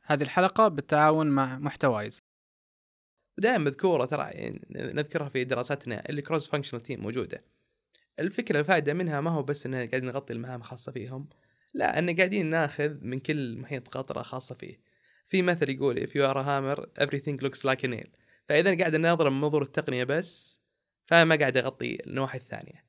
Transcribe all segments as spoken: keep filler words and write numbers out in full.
هذه الحلقة بالتعاون مع محتوايز. ودائما مذكورة ترى يعني نذكرها في دراستنا اللي كروس فانكشنال تيم موجودة. الفكرة الفائدة منها ما هو بس إننا قاعدين نغطي المهام خاصة فيهم، لا إن قاعدين ناخذ من كل محيط قطرة خاصة فيه. في مثل يقول if you are a hammer everything looks like a nail. فإذا قاعد ننظر من منظور التقنية بس فما قاعد أغطي النواحي الثانية.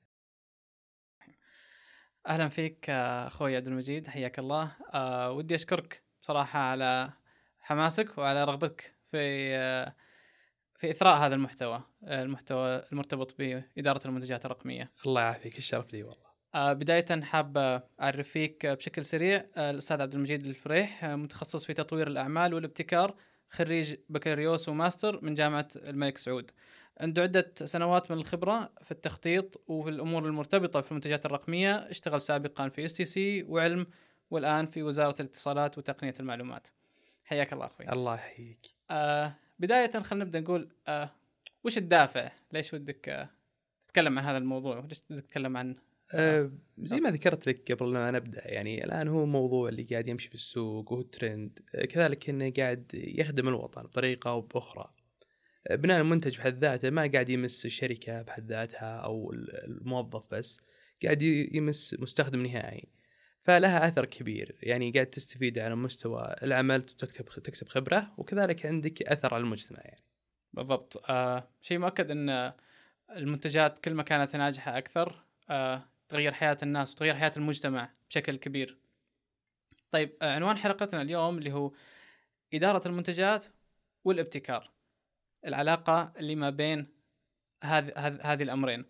أهلا فيك أخوي عبد المجيد، حياك الله. أه ودي أشكرك بصراحة على حماسك وعلى رغبتك في أه في إثراء هذا المحتوى المحتوى المرتبط بإدارة المنتجات الرقمية. الله يعافيك، الشرف لي والله. أه بداية حاب أعرف فيك بشكل سريع. أه الأستاذ عبد المجيد الفريح أه متخصص في تطوير الأعمال والابتكار، خريج بكالوريوس وماستر من جامعة الملك سعود. عنده عدة سنوات من الخبرة في التخطيط وفي الأمور المرتبطة في المنتجات الرقمية. اشتغل سابقا في اس تي سي وعلم، والآن في وزارة الاتصالات وتقنية المعلومات. حياك الله أخوي. الله يحييك. آه بداية خلينا نبدأ نقول آه وش الدافع؟ ليش ودك آه تتكلم عن هذا الموضوع؟ ليش ودك تتكلم عن آه أه زي ما ذكرت لك قبل ما نبدأ، يعني الآن هو موضوع اللي قاعد يمشي في السوق وهو ترند، أه كذلك إنه قاعد يخدم الوطن بطريقة أو بأخرى. أه بناء المنتج بحد ذاته ما قاعد يمس الشركة بحد ذاتها أو الموظف بس، قاعد يمس مستخدم نهائي، فلها أثر كبير. يعني قاعد تستفيد على مستوى العمل وتكتب تكسب خبرة، وكذلك عندك أثر على المجتمع. يعني بالضبط. آه شيء مؤكد أن المنتجات كل ما كانت ناجحة أكثر آه تغير حياة الناس وتغير حياة المجتمع بشكل كبير. طيب، آه عنوان حلقتنا اليوم اللي هو إدارة المنتجات والابتكار، العلاقة اللي ما بين هذه هذه الأمرين.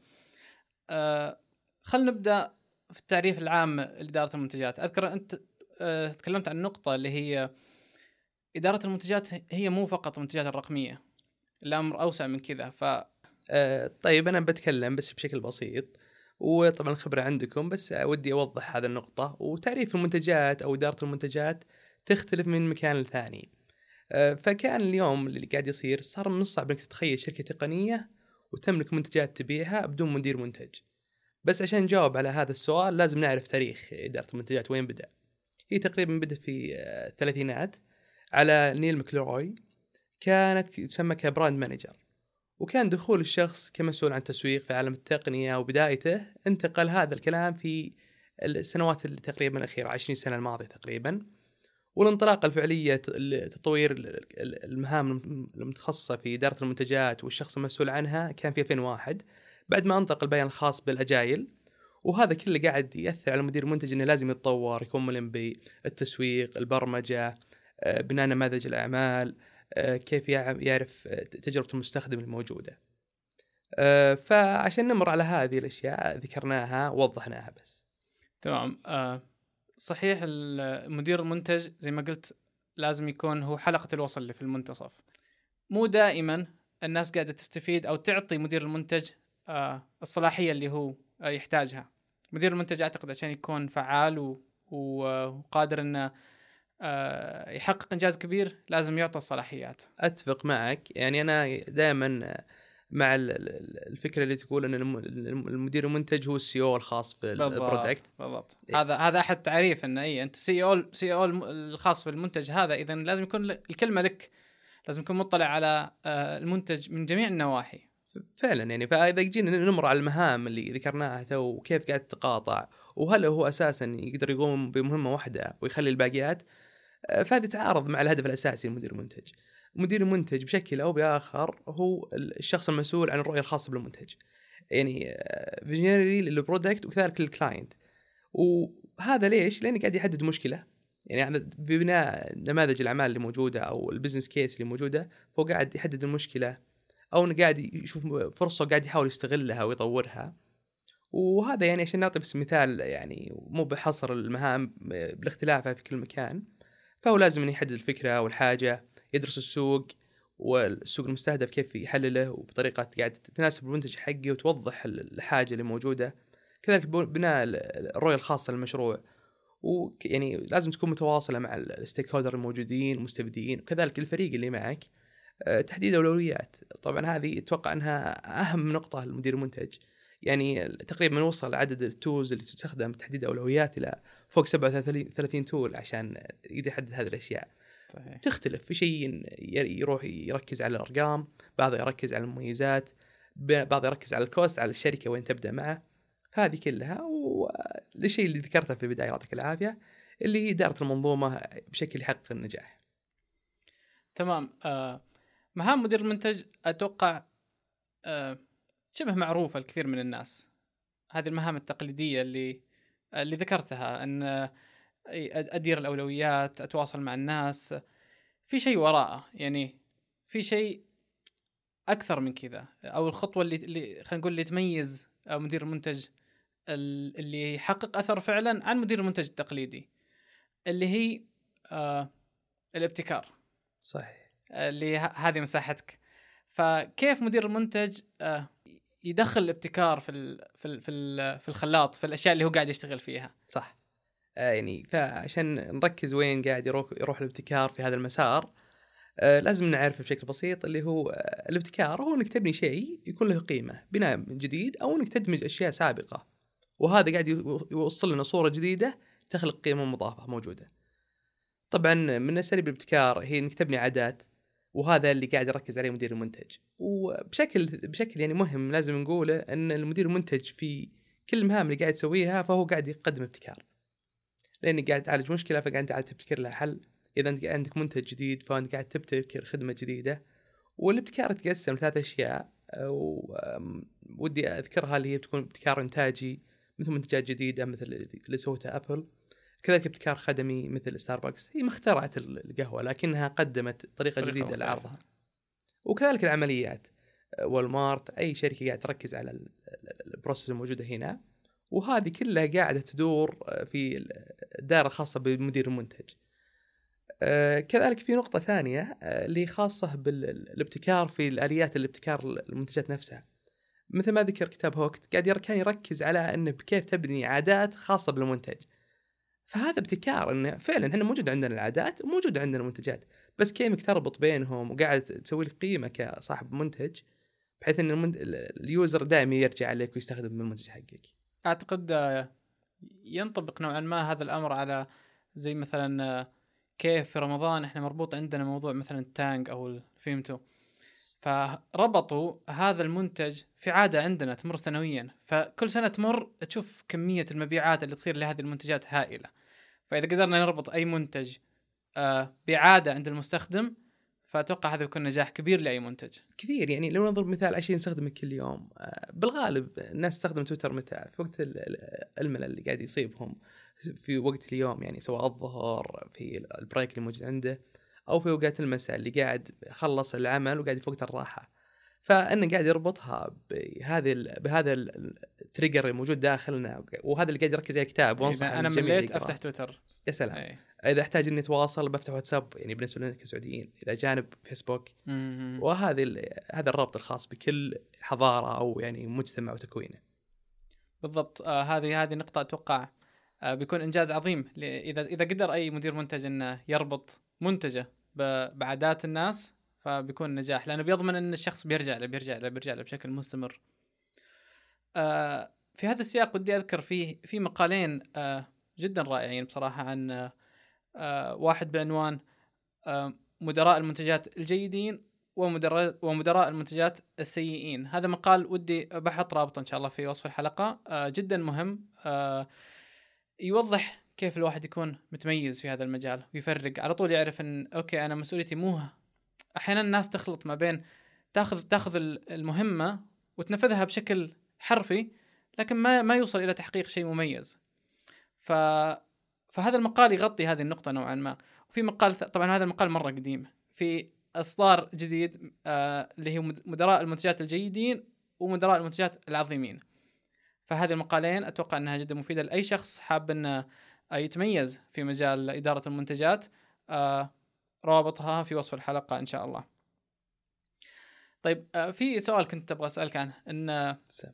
آه خلنا نبدأ في التعريف العام لإدارة المنتجات. أذكر أنت آه تكلمت عن نقطة اللي هي إدارة المنتجات هي مو فقط المنتجات الرقمية، الأمر أوسع من كذا. ف أه طيب أنا بتكلم بس بشكل بسيط، وطبعا الخبرة عندكم، بس ودي أوضح هذا النقطة. وتعريف المنتجات أو إدارة المنتجات تختلف من مكان لثاني. أه فكان اليوم اللي قاعد يصير صار من الصعب أنك تتخيل شركة تقنية وتملك منتجات تبيعها بدون مدير منتج. بس عشان نجاوب على هذا السؤال لازم نعرف تاريخ إدارة المنتجات وين بدأ. هي تقريبا بدأ في الثلاثينات على نيل ماكلروي، كانت تسمى كبراند مانجر، وكان دخول الشخص كمسؤول عن تسويق في عالم التقنية. وبدايته انتقل هذا الكلام في السنوات اللي تقريبا الأخيرة عشرين سنة الماضية تقريبا. والانطلاقة الفعلية لتطوير المهام المتخصصة في إدارة المنتجات والشخص المسؤول عنها كان في ألفين وواحد، بعد ما انطلق البيان الخاص بالأجايل. وهذا كله قاعد يأثر على مدير المنتج إنه لازم يتطور، يكون ملم بالتسويق، البرمجة، بناء نماذج الأعمال، كيف يعرف تجربة المستخدم الموجودة. فعشان نمر على هذه الأشياء ذكرناها ووضحناها بس. تمام. آه صحيح، المدير المنتج زي ما قلت لازم يكون هو حلقة الوصل اللي في المنتصف. مو دائما الناس قاعدة تستفيد أو تعطي مدير المنتج آه الصلاحية اللي هو آه يحتاجها. مدير المنتج أعتقد عشان يكون فعال و... وقادر أنه آه يحقق إنجاز كبير لازم يعطى الصلاحيات. أتفق معك. يعني أنا دائما مع الفكرة اللي تقول أن المدير المنتج هو السي او الخاص بالبرودكت. بالضبط. هذا هذا أحد تعريف أن أي أنت سي او سي او الخاص بالمنتج هذا، إذا لازم يكون الكلمة لك، لازم يكون مطلع على المنتج من جميع النواحي. فعلا. يعني فإذا جينا نمر على المهام اللي ذكرناها تو وكيف قاعد تتقاطع، وهل هو أساسا يقدر يقوم بمهمة واحدة ويخلي الباقيات، فهذا تعارض مع الهدف الأساسي لمدير المنتج. مدير المنتج بشكل أو بآخر هو الشخص المسؤول عن الرؤية الخاصة بالمنتج، يعني فيجنري للبرودكت وكذلك للكلاينت. وهذا ليش؟ لأنه قاعد يحدد مشكلة، يعني ببناء نماذج الأعمال اللي موجودة أو البزنس كيس اللي موجودة، هو قاعد يحدد المشكلة أو إنه قاعد يشوف فرصة وقاعد يحاول يستغلها ويطورها. وهذا يعني عشان نعطي بس مثال، يعني مو بحصر المهام بالاختلافها في كل مكان، فهو لازم أن يحدد الفكرة والحاجة، يدرس السوق والسوق المستهدف كيف يحلله وبطريقة قاعد تناسب المنتج حقه وتوضح الحاجة اللي موجودة. كذلك بناء الرؤية الخاصة للمشروع، ويعني لازم تكون متواصلة مع الستيك هولدر الموجودين والمستفيدين وكذلك الفريق اللي معك. تحديد أولويات، طبعا هذه أتوقع أنها أهم نقطة للمدير المنتج. يعني تقريبا وصل عدد التولز اللي تستخدم تحديد أولويات إلى فوق سبعة وثلاثين تول عشان يقدر يحدد هذه الأشياء. صحيح. تختلف في شيء يروح يركز على الأرقام، بعض يركز على المميزات، بعض يركز على الكوست، على الشركة وين تبدأ معه. هذه كلها والشيء اللي ذكرته في البداية يعطيك العافية اللي هي إدارة المنظومة بشكل يحقق النجاح. تمام. آه مهام مدير المنتج أتوقع آه شبه معروفة الكثير من الناس. هذه المهام التقليدية اللي اللي ذكرتها، أن أدير الأولويات، أتواصل مع الناس. في شيء وراءه، يعني في شيء أكثر من كذا، أو الخطوة اللي, اللي خلينا نقول اللي تميز مدير المنتج اللي يحقق أثر فعلا عن مدير المنتج التقليدي، اللي هي آه الابتكار. صحيح. اللي هذه مساحتك. فكيف مدير المنتج آه يدخل الابتكار في ال في ال في, ال في الخلاط، في الأشياء اللي هو قاعد يشتغل فيها؟ صح. آه يعني فعشان نركز وين قاعد يروح يروح الابتكار في هذا المسار، آه لازم نعرف بشكل بسيط اللي هو آه الابتكار هو انك تبني شيء يكون له قيمة، بناء جديد، او انك تدمج اشياء سابقة، وهذا قاعد يوصل لنا صورة جديدة تخلق قيمة مضافة موجودة. طبعا من اساليب الابتكار هي انك تبني عادات، وهذا اللي قاعد يركز عليه مدير المنتج. وبشكل بشكل يعني مهم لازم نقوله ان المدير المنتج في كل المهام اللي قاعد يسويها فهو قاعد يقدم ابتكار، لانك قاعد تعالج مشكله فقاعد تعالج تبتكر لها حل. اذا انت عندك منتج جديد فانت قاعد تبتكر خدمه جديده. والابتكار يتقسم لثلاث اشياء ودي اذكرها، اللي هي بتكون ابتكار انتاجي مثل منتجات جديده مثل اللي سوتها ابل، كذلك ابتكار خدمي مثل ستاربكس، هي ما اخترعت القهوه لكنها قدمت طريقه جديده لعرضها. وكذلك العمليات، والمارت، اي شركه قاعده تركز على البروسيس الموجوده هنا، وهذه كلها قاعده تدور في الدائره الخاصه بمدير المنتج. آه كذلك في نقطه ثانيه آه اللي خاصه بالابتكار في الاليات الابتكار المنتجات نفسها، مثل ما ذكر كتاب هوكت قاعد كان يركز على انه كيف تبني عادات خاصه بالمنتج. فهذا ابتكار، انه فعلا احنا موجود عندنا العادات وموجود عندنا المنتجات، بس كيف تربط بينهم وقاعد تسوي لك قيمه كصاحب منتج بحيث ان المنت... اليوزر دائما يرجع عليك ويستخدم من المنتج حقك. اعتقد ينطبق نوعا ما هذا الامر على زي مثلا كيف في رمضان احنا مربوط عندنا موضوع مثلا التانج او الفيمتو، فربطوا هذا المنتج في عادة عندنا تمر سنويا، فكل سنة تمر تشوف كمية المبيعات اللي تصير لهذه المنتجات هائلة. فإذا قدرنا نربط أي منتج بعادة عند المستخدم فأتوقع هذا يكون نجاح كبير لأي منتج. كثير يعني لو نضرب مثال عشان نستخدمه كل يوم، بالغالب الناس تستخدم تويتر متى؟ في وقت الملل اللي قاعد يصيبهم في وقت اليوم، يعني سواء الظهر في البريك اللي موجود عنده أو في وقت المساء اللي قاعد خلص العمل وقاعد في وقت الراحة. فإنه قاعد يربطها بهذا بهذا التريجر الموجود داخلنا، وهذا اللي قاعد يركز على الكتاب. وانصح أنا مليت أفتح تويتر، يا سلام. أي. إذا أحتاج إني أتواصل بفتح واتساب، يعني بالنسبة لنا كسعوديين، إلى جانب فيسبوك. وهذا هذا الرابط الخاص بكل حضارة أو يعني مجتمع وتكوينه. بالضبط. آه هذه هذه نقطة أتوقع آه بيكون إنجاز عظيم إذا إذا قدر أي مدير منتج إنه يربط منتجه بعادات الناس، فبيكون نجاح، لأنه بيضمن إن الشخص بيرجع له بيرجع له بيرجع له بشكل مستمر. آه في هذا السياق بدي أذكر فيه في مقالين آه جدا رائعين بصراحة عن آه واحد بعنوان آه مدراء المنتجات الجيدين ومدراء ومدراء المنتجات السيئين. هذا مقال ودي بحط رابط إن شاء الله في وصف الحلقة، آه جدا مهم، آه يوضح كيف الواحد يكون متميز في هذا المجال ويفرق على طول، يعرف إن أوكي أنا مسؤوليتي مو. أحيانا الناس تخلط ما بين تأخذ تأخذ المهمة وتنفذها بشكل حرفي لكن ما ما يوصل إلى تحقيق شيء مميز. ف فهذا المقال يغطي هذه النقطة نوعا ما. وفي مقال طبعا هذا المقال مرة قديم، في إصدار جديد آه اللي هي مدراء المنتجات الجيدين ومدراء المنتجات العظيمين. فهذه المقالين أتوقع أنها جدا مفيدة لأي شخص حاب أنه يتميز في مجال إدارة المنتجات. آه روابطها في وصف الحلقة إن شاء الله. طيب آه في سؤال كنت أبغى أسألك عنه، أن آه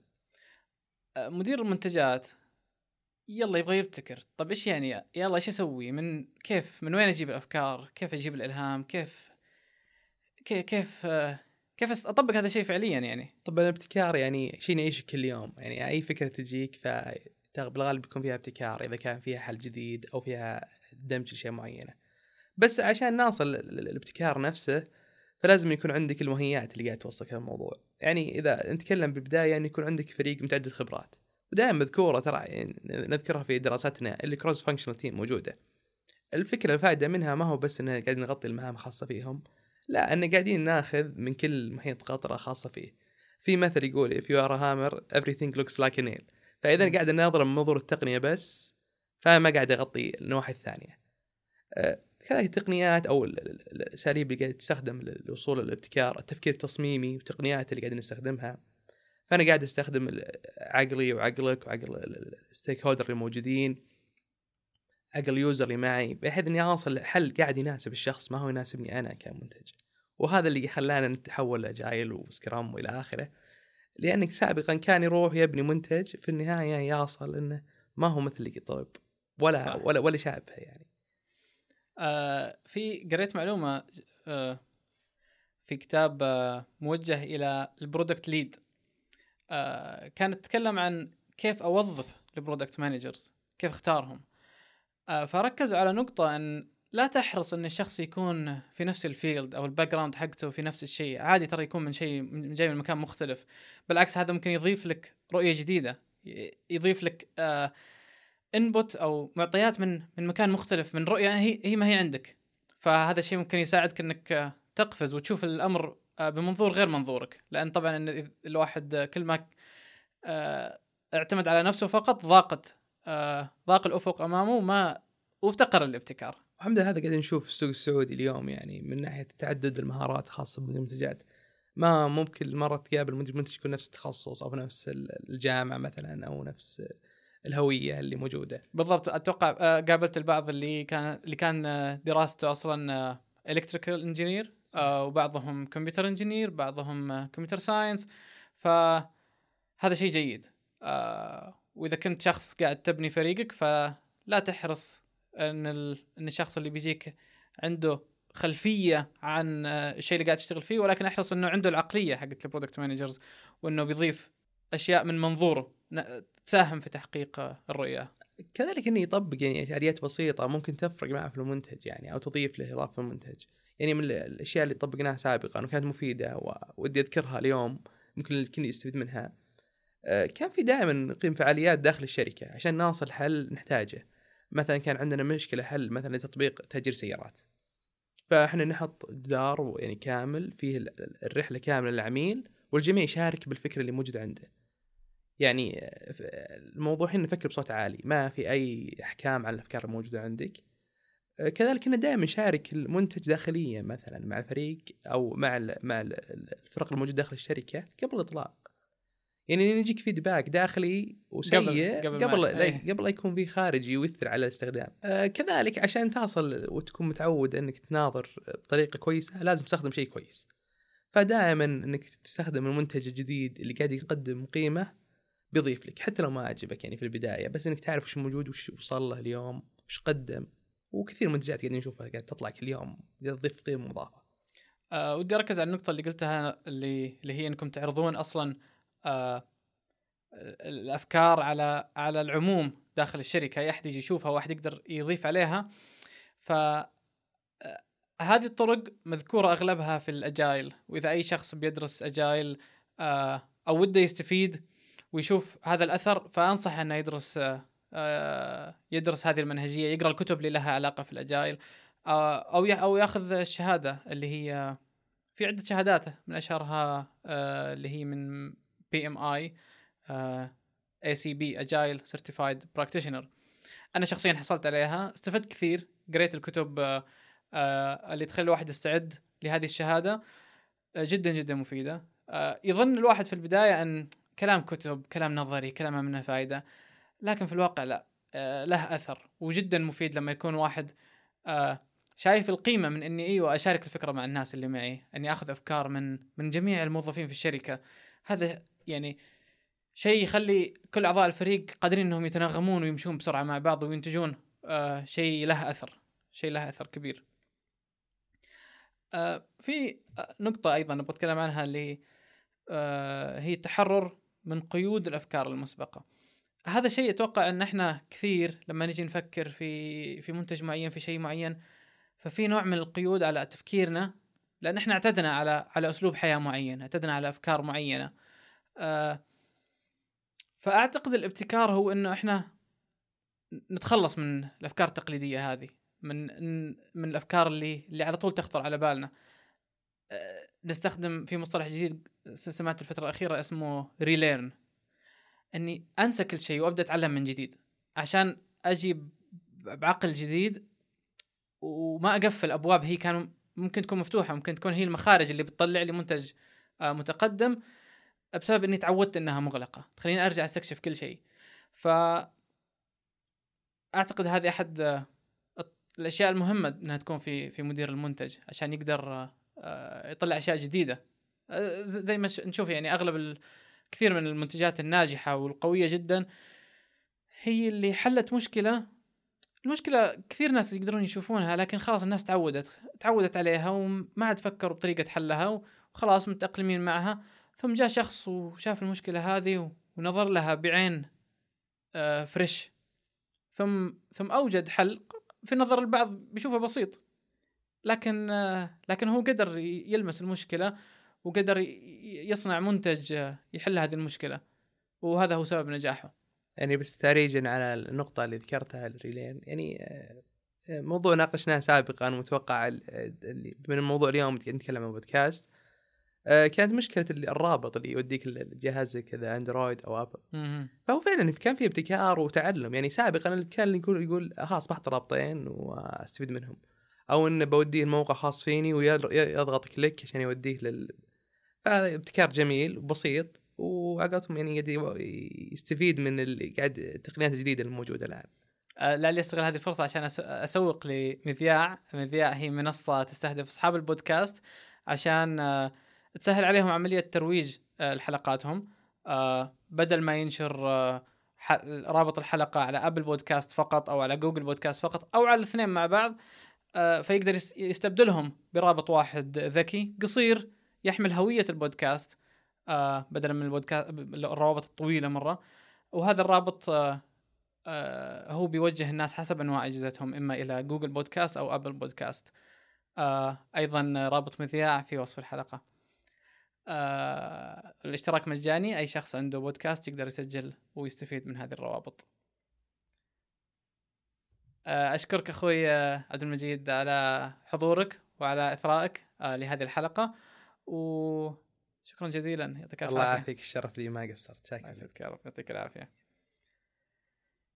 مدير المنتجات يلا يبغى يبتكر، طب إيش يعني يلا إيش أسوي؟ من كيف من وين أجيب الأفكار؟ كيف أجيب الإلهام؟ كيف كيف كيف, آه كيف أطبق هذا الشيء فعليا؟ يعني طب الابتكار يعني شيء نعيشه كل يوم، يعني أي فكرة تجيك فبالغالب بيكون فيها ابتكار إذا كان فيها حل جديد أو فيها دمج شيء معينة. بس عشان نصل للابتكار نفسه فلازم يكون عندك المهيات اللي قاعد توصلك الموضوع. يعني اذا نتكلم ببدايه ان يكون عندك فريق متعدد خبرات، ودائما مذكوره ترى يعني نذكرها في دراستنا اللي كروس فانكشنال تيم موجوده. الفكره الفائده منها ما هو بس ان قاعدين نغطي المهام الخاصه فيهم، لا ان قاعدين ناخذ من كل محيط قطره خاصه فيه. في مثل يقول if you are a hammer everything looks like a nail. فاذا قاعد ننظر من منظور التقنيه بس فما قاعد اغطي النواحي الثانيه. أه كذلك التقنيات او الاساليب اللي قاعد تستخدم للوصول للابتكار، التفكير التصميمي والتقنيات اللي قاعد نستخدمها. فانا قاعد استخدم عقلي وعقلك وعقل الستيك هولدر الموجودين، عقل يوزر اللي معي، بحيث اني اوصل لحل قاعد يناسب الشخص ما هو يناسبني انا كمنتج. وهذا اللي خلانا نتحول لاجايل وسكرام والى اخره، لانك سابقا كان يروح يبني منتج في النهايه يصل انه ما هو مثل اللي طلب ولا صح. ولا ولا شابه يعني. آه في قريت معلومه آه في كتاب آه موجه الى البرودكت ليد، آه كانت تتكلم عن كيف اوظف البرودكت مانجرز، كيف اختارهم. آه فركزوا على نقطه ان لا تحرص ان الشخص يكون في نفس الفيلد او الباك جراوند حقته في نفس الشيء، عادي ترى يكون من شيء من جاي من مكان مختلف. بالعكس هذا ممكن يضيف لك رؤيه جديده، يضيف لك آه انبوت او معطيات من من مكان مختلف، من رؤيه هي هي ما هي عندك. فهذا الشيء ممكن يساعدك انك تقفز وتشوف الامر بمنظور غير منظورك، لان طبعا ان الواحد كل ما اعتمد على نفسه فقط ضاقت ضاق الافق امامه وما وافتقر الابتكار. الحمد لله هذا قاعدين نشوف في السوق السعودي اليوم، يعني من ناحيه تعدد المهارات خاصه بالمنتجات. ما ممكن مره تقابل منتج يكون نفس التخصص او نفس الجامعه مثلا او نفس الهويه اللي موجوده. بالضبط. اتوقع قابلت البعض اللي كان اللي كان دراسته اصلا الكتريكال انجينير، وبعضهم كمبيوتر انجينير، بعضهم كمبيوتر ساينس. فهذا شيء جيد. واذا كنت شخص قاعد تبني فريقك فلا تحرص ان ان الشخص اللي بيجيك عنده خلفيه عن الشيء اللي قاعد تشتغل فيه، ولكن احرص انه عنده العقليه حقت البرودكت مانجرز، وانه بيضيف اشياء من منظوره تساهم في تحقيق الرؤيه. كذلك انه يطبق يعني آليات بسيطه ممكن تفرق معه في المنتج يعني، او تضيف له اضافه في المنتج. يعني من الاشياء اللي طبقناها سابقا وكانت مفيده ودي اذكرها اليوم ممكن الكل يستفيد منها. كان في دائما نقيم فعاليات داخل الشركه عشان نوصل حل نحتاجه. مثلا كان عندنا مشكله حل مثلا لتطبيق تأجير سيارات، فاحنا نحط جدار يعني كامل فيه الرحله كامله للعميل والجميع يشارك بالفكره اللي موجوده عنده. يعني الموضوع هنا نفكر بصوت عالي، ما في اي احكام على الافكار الموجوده عندك. كذلك كنا دائما نشارك المنتج داخليا مثلا مع الفريق او مع مع الفرق الموجوده داخل الشركه قبل الاطلاق. يعني نجيك فيدباك داخلي وسيء قبل قبل لا قبل لا يكون في خارجي يؤثر على الاستخدام. آه كذلك عشان تصل وتكون متعود انك تناظر بطريقه كويسه لازم تستخدم شيء كويس. فدائما انك تستخدم المنتج الجديد اللي قاعد يقدم قيمه بيضيف لك حتى لو ما عجبك يعني في البدايه، بس انك تعرف وش موجود وش وصل له اليوم وش قدم. وكثير منتجات قاعدين نشوفها قاعد تطلع كل يوم تضيف قيمه مضافه. أه ودي اركز على النقطه اللي قلتها اللي اللي هي انكم تعرضون اصلا أه الافكار على على العموم داخل الشركه، اي احد يجي يشوفها واحد يقدر يضيف عليها. ف هذه الطرق مذكوره اغلبها في الاجايل، واذا اي شخص بيدرس اجايل أه او وده يستفيد ويشوف هذا الاثر فانصح انه يدرس أه يدرس هذه المنهجيه، يقرا الكتب اللي لها علاقه في الاجايل، أه او او ياخذ الشهاده اللي هي في عده شهادات من اشهرها أه اللي هي من بي ام اي اي سي بي Agile Certified Practitioner. انا شخصيا حصلت عليها، استفدت كثير، قريت الكتب آه آه اللي تخلي الواحد يستعد لهذه الشهاده، آه جدا جدا مفيده. آه يظن الواحد في البدايه ان كلام كتب كلام نظري كلام منه فائده، لكن في الواقع لا، آه له اثر وجدا مفيد لما يكون واحد آه شايف القيمه من اني ايوه اشارك الفكره مع الناس اللي معي، اني اخذ افكار من من جميع الموظفين في الشركه. هذا يعني شيء يخلي كل أعضاء الفريق قادرين أنهم يتناغمون ويمشون بسرعة مع بعض وينتجون آه شيء له أثر شيء له أثر كبير. آه في نقطة أيضا نبغى أتكلم عنها اللي آه هي التحرر من قيود الأفكار المسبقة. هذا شيء أتوقع أن إحنا كثير لما نجي نفكر في في منتج معين في شيء معين ففي نوع من القيود على تفكيرنا، لأن إحنا اعتدنا على على أسلوب حياة معين، اعتدنا على أفكار معينة. آه فأعتقد الابتكار هو إنه إحنا نتخلص من الأفكار التقليدية هذه، من من الأفكار اللي اللي على طول تخطر على بالنا. آه نستخدم في مصطلح جديد سمعته الفترة الأخيرة اسمه ريليرن، إني أنسى كل شيء وأبدأ أتعلم من جديد عشان أجي بعقل جديد، وما أقفل أبواب هي كانوا ممكن تكون مفتوحة، ممكن تكون هي المخارج اللي بتطلع لي منتج آه متقدم بسبب إني تعودت إنها مغلقة، تخليني أرجع أستكشف كل شيء. فأعتقد هذه أحد آه الأشياء المهمة إنها تكون في في مدير المنتج، عشان يقدر آه يطلع أشياء جديدة. آه زي ما نشوف يعني أغلب كثير من المنتجات الناجحة والقوية جدا هي اللي حلت مشكلة المشكلة كثير ناس يقدرون يشوفونها، لكن خلاص الناس تعودت تعودت عليها وما عاد فكروا بطريقة حلها وخلاص متأقلمين معها. ثم جاء شخص وشاف المشكلة هذه ونظر لها بعين آه فريش، ثم ثم أوجد حل في نظر البعض بيشوفه بسيط، لكن آه لكن هو قدر يلمس المشكلة وقدر يصنع منتج يحل هذه المشكلة، وهذا هو سبب نجاحه. يعني بس تاريجا على النقطة اللي ذكرتها الريلين، يعني موضوع ناقشناه سابقا متوقع من الموضوع اليوم نتكلم عن بودكاست، كانت مشكلة الرابط اللي يوديك الجهاز كذا اندرويد او ابل. فهو فعلا كان في ابتكار وتعلم. يعني سابقا كان يقول يقول خلاص بحط رابطين واستفيد منهم، او ان بوديه الموقع خاص فيني ويضغط كليك عشان يوديه لل فهذا ابتكار جميل وبسيط، وعقلتهم يعني قاعد يستفيد من اللي قاعد التقنيات الجديدة الموجودة الآن. لعلي استغل هذه الفرصة عشان أسوق لمذياع. مذياع هي منصة تستهدف أصحاب البودكاست عشان تسهل عليهم عملية ترويج لحلقاتهم، بدل ما ينشر رابط الحلقة على أبل بودكاست فقط أو على جوجل بودكاست فقط أو على الاثنين مع بعض، فيقدر يستبدلهم برابط واحد ذكي قصير يحمل هوية البودكاست آه بدلا من البودكاست الروابط الطويلة مرة. وهذا الرابط آه آه هو بيوجه الناس حسب أنواع أجهزتهم، إما إلى جوجل بودكاست أو أبل بودكاست. آه أيضا رابط مذياع في وصف الحلقة. آه الاشتراك مجاني، أي شخص عنده بودكاست يقدر يسجل ويستفيد من هذه الروابط. آه أشكرك أخوي عبد المجيد على حضورك وعلى إثرائك آه لهذه الحلقة، و شكرا جزيلا. يعطيك العافية. الله يعافيك، الشرف لي ما قصرت. شاكر. يعطيك العافية.